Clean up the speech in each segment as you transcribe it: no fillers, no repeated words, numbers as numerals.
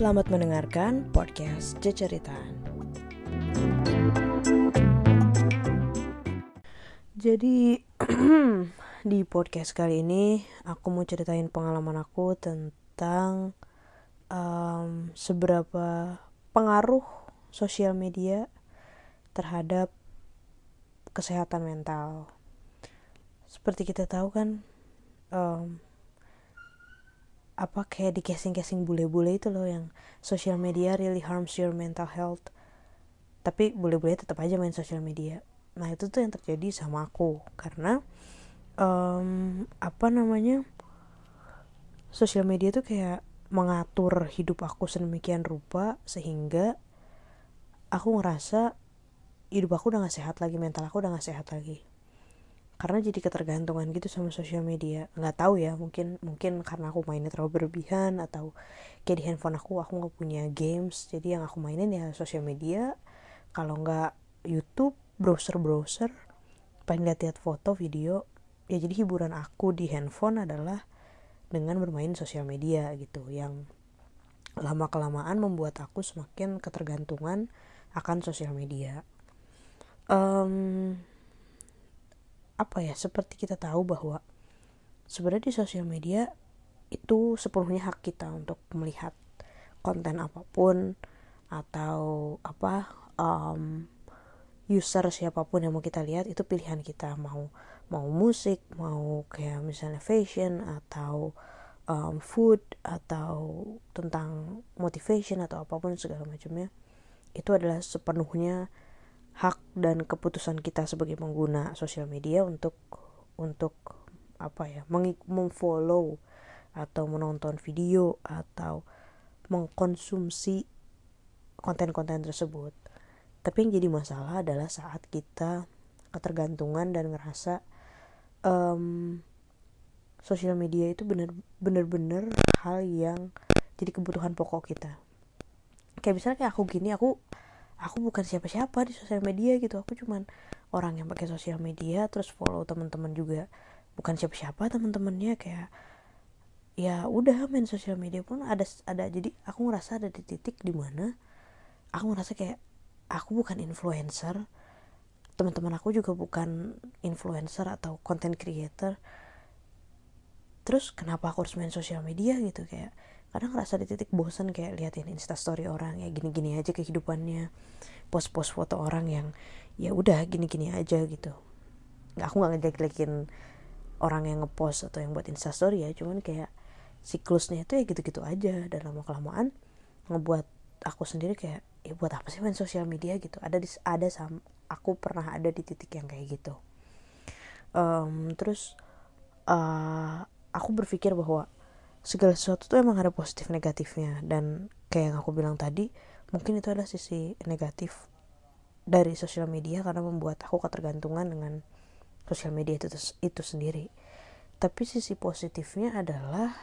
Selamat mendengarkan podcast Ceceritaan. Jadi di podcast kali ini aku mau ceritain pengalaman aku tentang seberapa pengaruh sosial media terhadap kesehatan mental. Seperti kita tahu kan, kayak di casing-casing bule-bule itu loh, yang social media really harms your mental health. Tapi bule-bule tetap aja main social media. Nah itu tuh yang terjadi sama aku, karena sosial media tuh kayak mengatur hidup aku sedemikian rupa sehingga aku ngerasa hidup aku udah gak sehat lagi, mental aku udah gak sehat lagi, karena jadi ketergantungan gitu sama sosial media. Nggak tahu ya, mungkin karena aku mainnya terlalu berlebihan, atau kayak di handphone aku nggak punya games, jadi yang aku mainin ya sosial media. Kalau nggak YouTube, browser paling lihat foto video ya. Jadi hiburan aku di handphone adalah dengan bermain sosial media gitu, yang lama kelamaan membuat aku semakin ketergantungan akan sosial media. Seperti kita tahu bahwa sebenarnya di sosial media itu sepenuhnya hak kita untuk melihat konten apapun, atau user siapapun yang mau kita lihat, itu pilihan kita. Mau musik, mau kayak misalnya fashion, atau food, atau tentang motivation, atau apapun segala macamnya, itu adalah sepenuhnya hak dan keputusan kita sebagai pengguna sosial media untuk memfollow atau menonton video atau mengkonsumsi konten-konten tersebut. Tapi yang jadi masalah adalah saat kita ketergantungan dan ngerasa sosial media itu bener-bener hal yang jadi kebutuhan pokok kita. Kayak misalnya kayak aku gini, aku bukan siapa-siapa di sosial media gitu. Aku cuman orang yang pakai sosial media, terus follow teman-teman juga bukan siapa-siapa teman-temannya. Kayak ya udah main sosial media pun ada. Jadi aku ngerasa ada di titik dimana aku ngerasa kayak aku bukan influencer, teman-teman aku juga bukan influencer atau content creator. Terus kenapa aku harus main sosial media gitu? Kayak kadang ngerasa di titik bosan, kayak liatin instastory orang ya gini-gini aja kehidupannya, post-post foto orang yang ya udah gini-gini aja gitu. Aku nggak ngejelek-jelekin orang yang ngepost atau yang buat instastory ya, cuman kayak siklusnya itu ya gitu-gitu aja. Dan lama-kelamaan ngebuat aku sendiri kayak, ya buat apa sih main sosial media gitu. Aku pernah ada di titik yang kayak gitu. Terus aku berpikir bahwa segala sesuatu tuh emang ada positif negatifnya, dan kayak yang aku bilang tadi, mungkin itu adalah sisi negatif dari sosial media karena membuat aku ketergantungan dengan sosial media itu sendiri. Tapi sisi positifnya adalah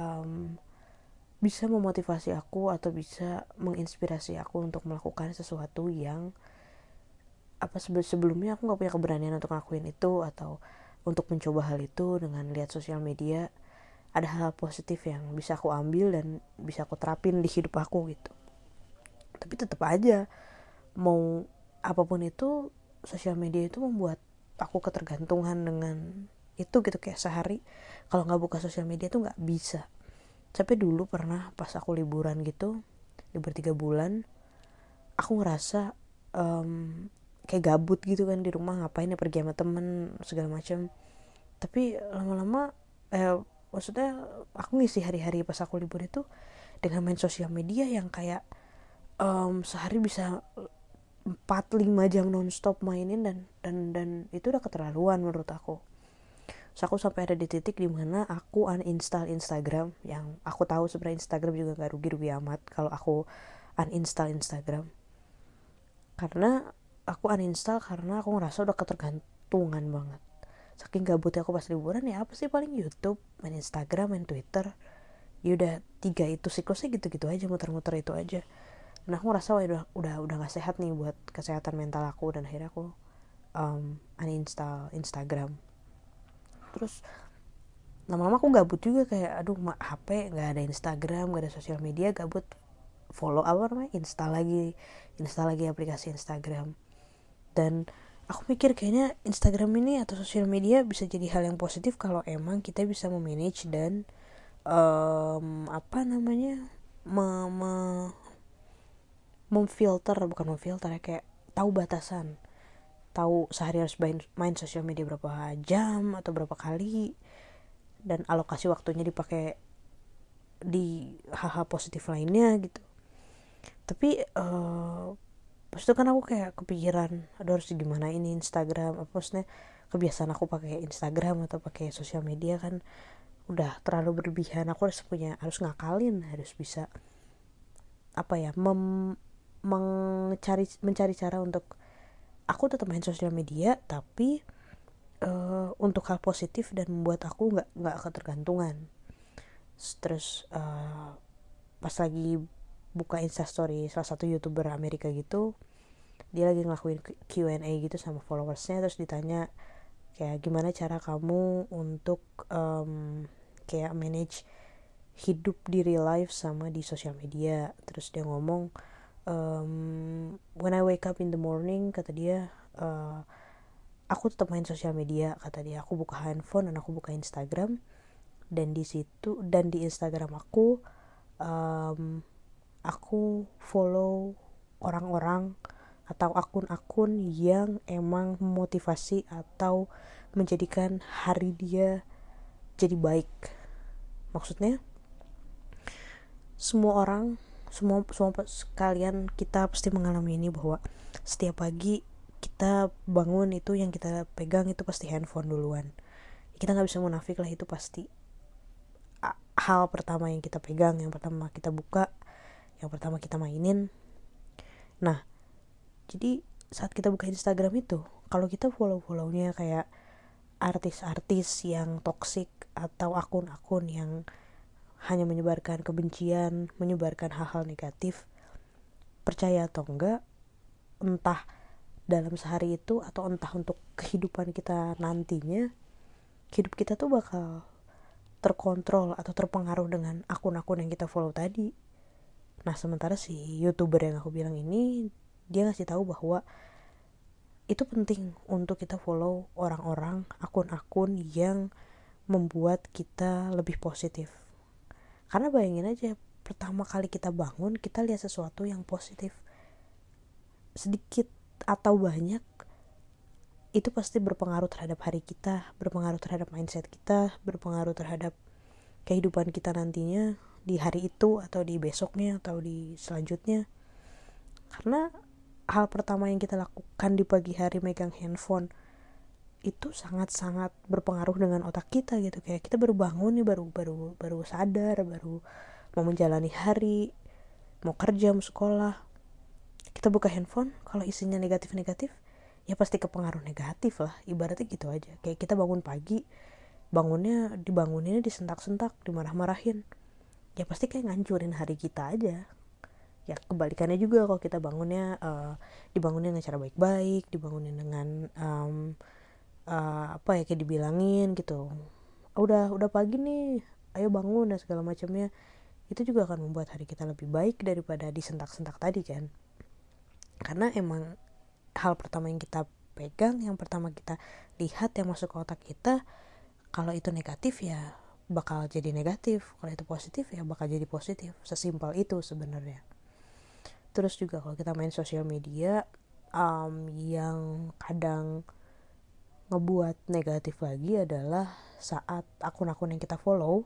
bisa memotivasi aku atau bisa menginspirasi aku untuk melakukan sesuatu yang sebelumnya aku nggak punya keberanian untuk ngelakuin itu, atau untuk mencoba hal itu. Dengan lihat sosial media, ada hal positif yang bisa aku ambil dan bisa aku terapin di hidup aku gitu. Tapi tetap aja, mau apapun itu, sosial media itu membuat aku ketergantungan dengan itu gitu. Kayak sehari kalau nggak buka sosial media tuh nggak bisa. Sampai dulu pernah pas aku liburan gitu, libur 3 bulan, aku ngerasa kayak gabut gitu kan di rumah, ngapain ya pergi sama temen segala macam. Tapi lama-lama maksudnya aku ngisi hari-hari pas aku libur itu dengan main sosial media yang kayak sehari bisa 4-5 jam nonstop mainin, dan itu udah keterlaluan menurut aku. So aku sampai ada di titik dimana aku uninstall Instagram, yang aku tahu sebenarnya Instagram juga gak rugi-rugi amat kalau aku uninstall Instagram. Karena aku uninstall karena aku ngerasa udah ketergantungan banget. Saking gabutnya aku pas liburan, ya apa sih, paling YouTube, main Instagram, main Twitter. Ya udah 3 itu siklusnya gitu-gitu aja, muter-muter itu aja. Nah aku ngerasa udah gak sehat nih buat kesehatan mental aku, dan akhirnya aku uninstall Instagram. Terus lama-lama aku gabut juga, kayak HP nggak ada Instagram, nggak ada sosial media, gabut. follow apa namanya, install lagi aplikasi Instagram. Dan aku mikir kayaknya Instagram ini atau sosial media bisa jadi hal yang positif kalau emang kita bisa memanage dan apa namanya, memfilter, bukan memfilter ya, kayak tahu batasan, tahu sehari harus main sosial media berapa jam atau berapa kali, dan alokasi waktunya dipakai di hal-hal positif lainnya gitu. Tapi pas itu kan aku kayak kepikiran, aduh harus gimana ini Instagram, apa maksudnya kebiasaan aku pakai Instagram atau pakai sosial media kan udah terlalu berlebihan. Aku harus ngakalin, harus bisa apa ya, mencari cara untuk aku tetap main sosial media tapi untuk hal positif dan membuat aku nggak ketergantungan. Terus pas lagi buka Instastory salah satu YouTuber Amerika gitu, dia lagi ngelakuin Q&A gitu sama followersnya, terus ditanya kayak gimana cara kamu untuk kayak manage hidup di real life sama di sosial media. Terus dia ngomong, when I wake up in the morning, kata dia, aku tetap main sosial media, kata dia. Aku buka handphone dan aku buka Instagram, dan di situ dan di Instagram aku follow orang-orang atau akun-akun yang emang memotivasi atau menjadikan hari dia jadi baik. Maksudnya semua orang, semua kalian, kita pasti mengalami ini, bahwa setiap pagi kita bangun itu yang kita pegang itu pasti handphone duluan. Kita nggak bisa munafik lah, itu pasti hal pertama yang kita pegang, yang pertama kita buka, yang pertama kita mainin. Nah, jadi saat kita buka Instagram itu, kalau kita follow-follownya kayak artis-artis yang toksik atau akun-akun yang hanya menyebarkan kebencian, menyebarkan hal-hal negatif, percaya atau enggak, entah dalam sehari itu atau entah untuk kehidupan kita nantinya, hidup kita tuh bakal terkontrol atau terpengaruh dengan akun-akun yang kita follow tadi. Nah, sementara si YouTuber yang aku bilang ini, dia ngasih tahu bahwa itu penting untuk kita follow orang-orang, akun-akun yang membuat kita lebih positif. Karena bayangin aja, pertama kali kita bangun, kita lihat sesuatu yang positif, sedikit atau banyak, itu pasti berpengaruh terhadap hari kita, berpengaruh terhadap mindset kita, berpengaruh terhadap kehidupan kita nantinya di hari itu atau di besoknya atau di selanjutnya. Karena hal pertama yang kita lakukan di pagi hari megang handphone itu sangat-sangat berpengaruh dengan otak kita gitu. Kayak kita baru bangun nih, baru sadar, baru mau menjalani hari, mau kerja, mau sekolah, kita buka handphone, kalau isinya negatif-negatif, ya pasti kepengaruh negatif lah. Ibaratnya gitu aja, kayak kita bangun pagi, dibanguninnya disentak-sentak, dimarah-marahin, ya pasti kayak ngancurin hari kita aja. Ya kebalikannya juga, kalau kita bangunnya dibangunin dengan cara baik-baik, dibangunin dengan apa ya, kayak dibilangin gitu, udah pagi nih, ayo bangun dan segala macamnya, itu juga akan membuat hari kita lebih baik daripada disentak-sentak tadi kan. Karena emang hal pertama yang kita pegang, yang pertama kita lihat, yang masuk ke otak kita, kalau itu negatif ya bakal jadi negatif, kalau itu positif ya bakal jadi positif. Sesimpel itu sebenarnya. Terus juga kalau kita main sosial media, yang kadang ngebuat negatif lagi adalah saat akun-akun yang kita follow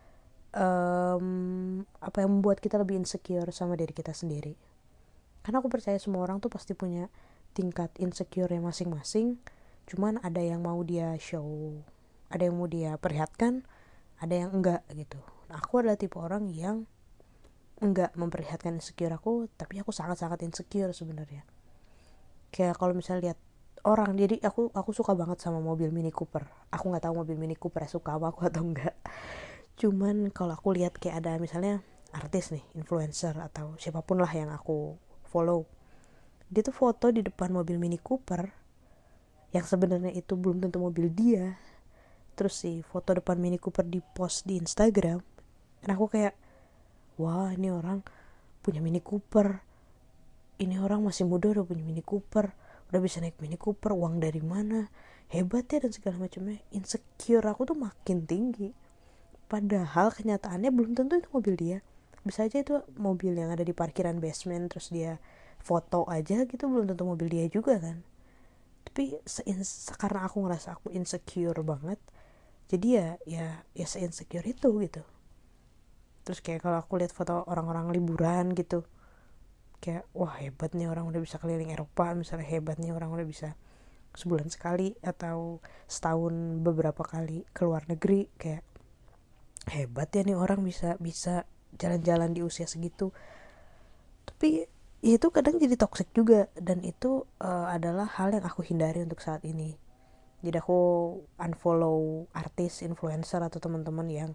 apa yang membuat kita lebih insecure sama diri kita sendiri. Karena aku percaya semua orang tuh pasti punya tingkat insecure-nya masing-masing, cuman ada yang mau dia show, ada yang mau dia perlihatkan, ada yang enggak gitu. Nah, aku adalah tipe orang yang enggak memperlihatkan insecure aku, tapi aku sangat-sangat insecure sebenarnya. Kayak kalau misalnya lihat orang, jadi aku suka banget sama mobil Mini Cooper. Aku nggak tahu mobil Mini Cooper suka sama aku atau enggak. Cuman kalau aku lihat kayak ada misalnya artis nih, influencer atau siapapun lah yang aku follow, dia tuh foto di depan mobil Mini Cooper yang sebenarnya itu belum tentu mobil dia, terus si foto depan Mini Cooper di post di Instagram, dan aku kayak, wah ini orang punya Mini Cooper, ini orang masih muda udah punya Mini Cooper, udah bisa naik Mini Cooper, uang dari mana, hebat ya, dan segala macamnya. Insecure aku tuh makin tinggi, padahal kenyataannya belum tentu itu mobil dia. Bisa aja itu mobil yang ada di parkiran basement terus dia foto aja gitu, belum tentu mobil dia juga kan. Tapi karena aku ngerasa aku insecure banget, jadi ya se-insecure itu gitu. Terus kayak kalau aku lihat foto orang-orang liburan gitu, kayak wah hebat nih orang udah bisa keliling Eropa misalnya, hebat nih orang udah bisa sebulan sekali atau setahun beberapa kali ke luar negeri, kayak hebat ya nih orang bisa bisa jalan-jalan di usia segitu. Tapi ya itu kadang jadi toxic juga, dan itu adalah hal yang aku hindari untuk saat ini. Jadi aku unfollow artis, influencer atau teman-teman yang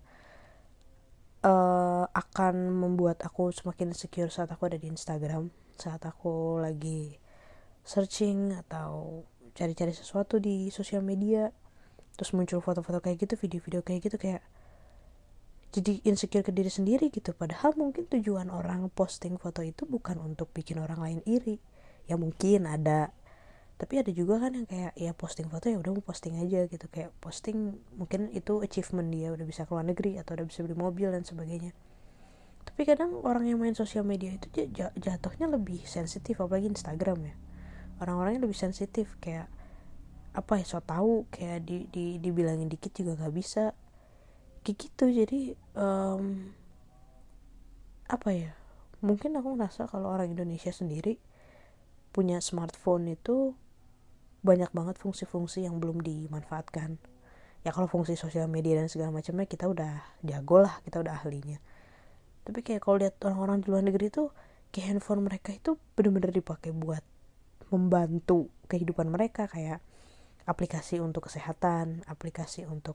akan membuat aku semakin insecure saat aku ada di Instagram, saat aku lagi searching atau cari-cari sesuatu di sosial media, terus muncul foto-foto kayak gitu, video-video kayak gitu, kayak jadi insecure ke diri sendiri gitu. Padahal mungkin tujuan orang posting foto itu bukan untuk bikin orang lain iri, ya mungkin ada, tapi ada juga kan yang kayak ya posting foto ya udah mau posting aja gitu, kayak posting mungkin itu achievement dia udah bisa keluar negeri atau udah bisa beli mobil dan sebagainya. Tapi kadang orang yang main sosial media itu jatuhnya lebih sensitif, apalagi Instagram ya, orang-orangnya lebih sensitif, kayak apa ya, so tahu, kayak dibilangin dikit juga nggak bisa kayak gitu. Jadi apa ya, mungkin aku ngerasa kalau orang Indonesia sendiri punya smartphone itu banyak banget fungsi-fungsi yang belum dimanfaatkan. Ya kalau fungsi sosial media dan segala macamnya kita udah jago lah, kita udah ahlinya. Tapi kayak kalau lihat orang-orang di luar negeri tuh, kayak handphone mereka itu benar-benar dipakai buat membantu kehidupan mereka, kayak aplikasi untuk kesehatan, aplikasi untuk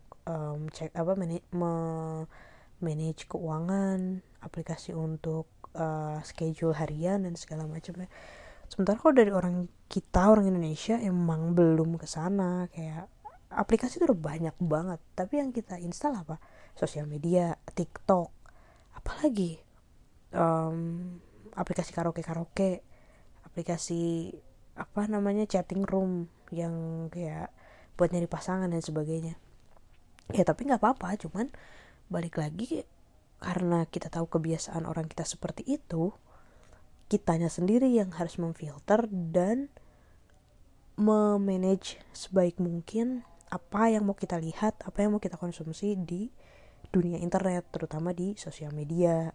manage keuangan, aplikasi untuk schedule harian dan segala macamnya. Sementara kalau dari orang Indonesia emang belum ke sana, kayak aplikasi itu udah banyak banget, tapi yang kita install apa? Sosial media, TikTok, apalagi aplikasi karaoke, aplikasi apa namanya, chatting room yang kayak buat nyari pasangan dan sebagainya. Ya tapi nggak apa-apa, cuman balik lagi, karena kita tahu kebiasaan orang kita seperti itu, kitanya sendiri yang harus memfilter dan memanage sebaik mungkin apa yang mau kita lihat, apa yang mau kita konsumsi di dunia internet, terutama di sosial media.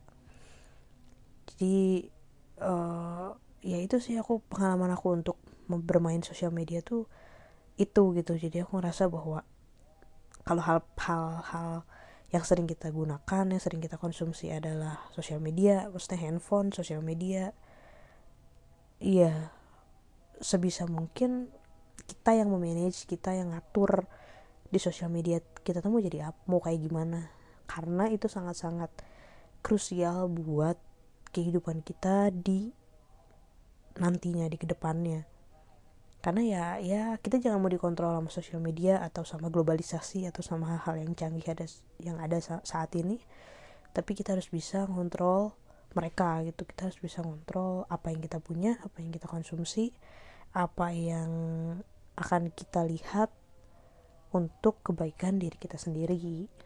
Jadi ya itu sih pengalaman aku untuk bermain sosial media tuh itu gitu. Jadi aku ngerasa bahwa kalau hal-hal yang sering kita gunakan, yang sering kita konsumsi adalah sosial media, maksudnya handphone, sosial media, iya sebisa mungkin kita yang memanage, kita yang ngatur di sosial media kita tuh mau jadi apa, mau kayak gimana, karena itu sangat-sangat krusial buat kehidupan kita di nantinya, di kedepannya. Karena ya kita jangan mau dikontrol sama sosial media atau sama globalisasi atau sama hal-hal yang canggih yang ada saat ini, tapi kita harus bisa ngontrol mereka gitu. Kita harus bisa ngontrol apa yang kita punya, apa yang kita konsumsi, apa yang akan kita lihat untuk kebaikan diri kita sendiri.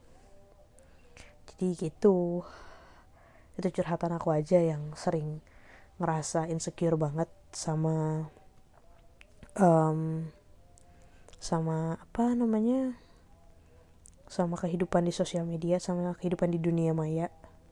Jadi gitu, itu curhatan aku aja yang sering ngerasa insecure banget sama sama apa namanya, sama kehidupan di sosial media, sama kehidupan di dunia maya.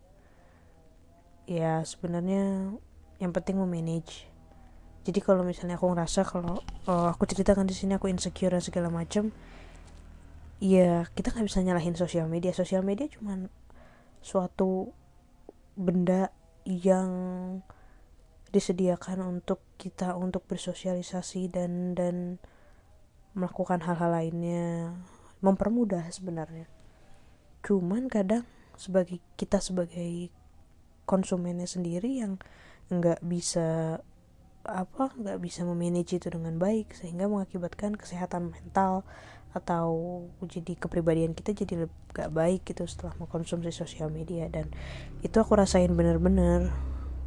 Ya sebenarnya yang penting memanage. Jadi kalau misalnya aku ngerasa kalau aku ceritakan di sini aku insecure dan segala macam, ya kita nggak bisa nyalahin sosial media. Sosial media cuman suatu benda yang disediakan untuk kita untuk bersosialisasi dan melakukan hal-hal lainnya, mempermudah sebenarnya. Cuman kadang sebagai konsumennya sendiri yang nggak bisa memanage itu dengan baik, sehingga mengakibatkan kesehatan mental atau jadi kepribadian kita jadi gak baik gitu setelah mengkonsumsi sosial media. Dan itu aku rasain bener-bener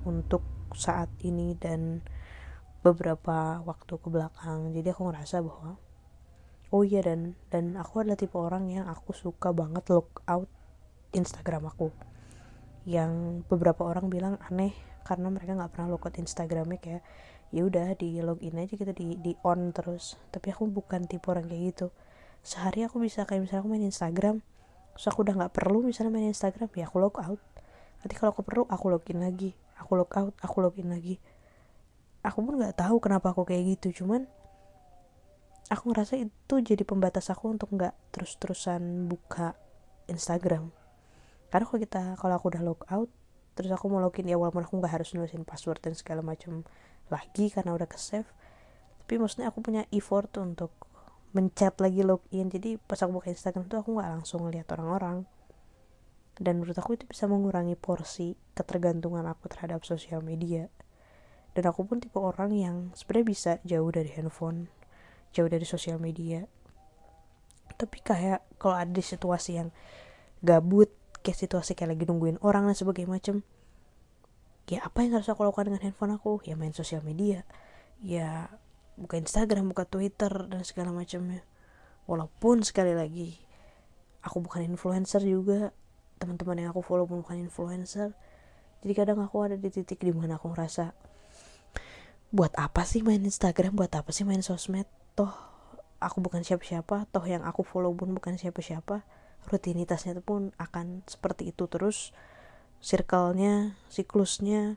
untuk saat ini dan beberapa waktu ke belakang. Jadi aku ngerasa bahwa oh iya, dan aku adalah tipe orang yang aku suka banget log out Instagram aku, yang beberapa orang bilang aneh karena mereka nggak pernah logout Instagramnya, kayak ya udah di login aja gitu, di on terus. Tapi aku bukan tipe orang kayak gitu. Sehari aku bisa kayak misalnya aku main Instagram, terus aku udah nggak perlu misalnya main Instagram, ya aku log out. Nanti kalau aku perlu aku login lagi, aku log out, aku login lagi. Aku pun nggak tahu kenapa aku kayak gitu, cuman aku ngerasa itu jadi pembatas aku untuk nggak terus-terusan buka Instagram. Karena kalau aku udah log out terus aku mau login, ya walaupun aku nggak harus nulisin password dan segala macam lagi karena udah ke save, tapi maksudnya aku punya effort untuk mencet lagi login. Jadi pas aku buka Instagram tuh aku nggak langsung ngeliat orang-orang, dan menurut aku itu bisa mengurangi porsi ketergantungan aku terhadap sosial media. Dan aku pun tipe orang yang sebenarnya bisa jauh dari handphone, jauh dari sosial media, tapi kayak kalau ada di situasi yang gabut, kayak situasi kayak lagi nungguin orang dan sebagainya macem, ya apa yang harus aku lakukan dengan handphone aku? Ya main sosial media, ya buka Instagram, buka Twitter dan segala macamnya. Walaupun sekali lagi aku bukan influencer juga, teman-teman yang aku follow pun bukan influencer. Jadi kadang aku ada di titik dimana aku ngerasa, buat apa sih main Instagram, buat apa sih main sosmed, toh aku bukan siapa-siapa, toh yang aku follow pun bukan siapa-siapa, rutinitasnya pun akan seperti itu terus, circle-nya, siklusnya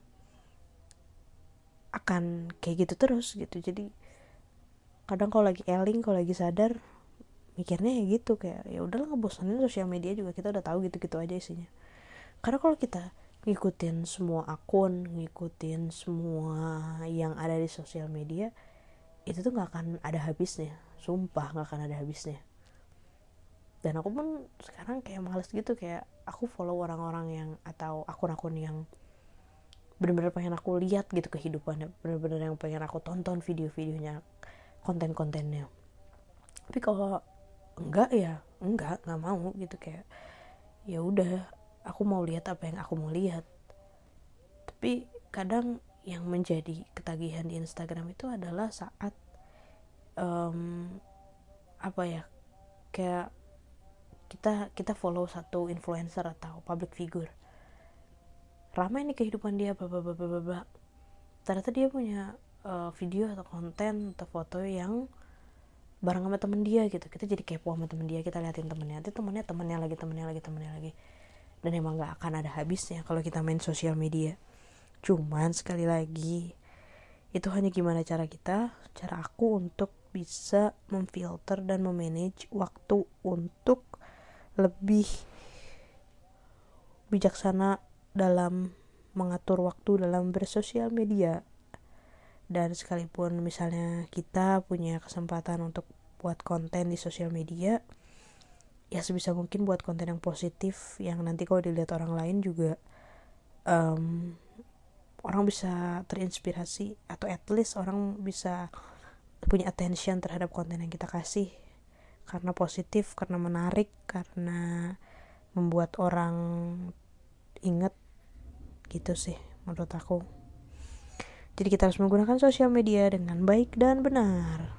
akan kayak gitu terus gitu. Jadi kadang kalau lagi eling, kalau lagi sadar, mikirnya ya gitu, kayak ya udahlah, ngebosanin sosial media juga, kita udah tahu gitu-gitu aja isinya. Karena kalau kita ngikutin semua akun, ngikutin semua yang ada di sosial media, itu tuh nggak akan ada habisnya, sumpah nggak akan ada habisnya. Dan aku pun sekarang kayak males gitu, kayak aku follow orang-orang yang atau akun-akun yang bener-bener pengen aku lihat gitu kehidupannya, bener-bener yang pengen aku tonton video-videonya, konten-kontennya. Tapi kalau enggak, ya nggak mau gitu, kayak ya udah, aku mau lihat apa yang aku mau lihat. Tapi kadang yang menjadi ketagihan di Instagram itu adalah saat apa ya, kayak kita follow satu influencer atau public figure, ramai nih kehidupan dia, bla bla bla bla bla, ternyata dia punya video atau konten atau foto yang bareng sama temen dia gitu. Kita jadi kepo sama temen dia, kita liatin temennya, nanti temennya lagi, dan emang gak akan ada habisnya kalau kita main sosial media. Cuman sekali lagi, itu hanya gimana cara aku untuk bisa memfilter dan memanage waktu untuk lebih bijaksana dalam mengatur waktu dalam bersosial media. Dan sekalipun misalnya kita punya kesempatan untuk buat konten di sosial media, ya sebisa mungkin buat konten yang positif, yang nanti kalau dilihat orang lain juga orang bisa terinspirasi, atau at least orang bisa punya attention terhadap konten yang kita kasih, karena positif, karena menarik, karena membuat orang inget gitu sih menurut aku. Jadi kita harus menggunakan sosial media dengan baik dan benar.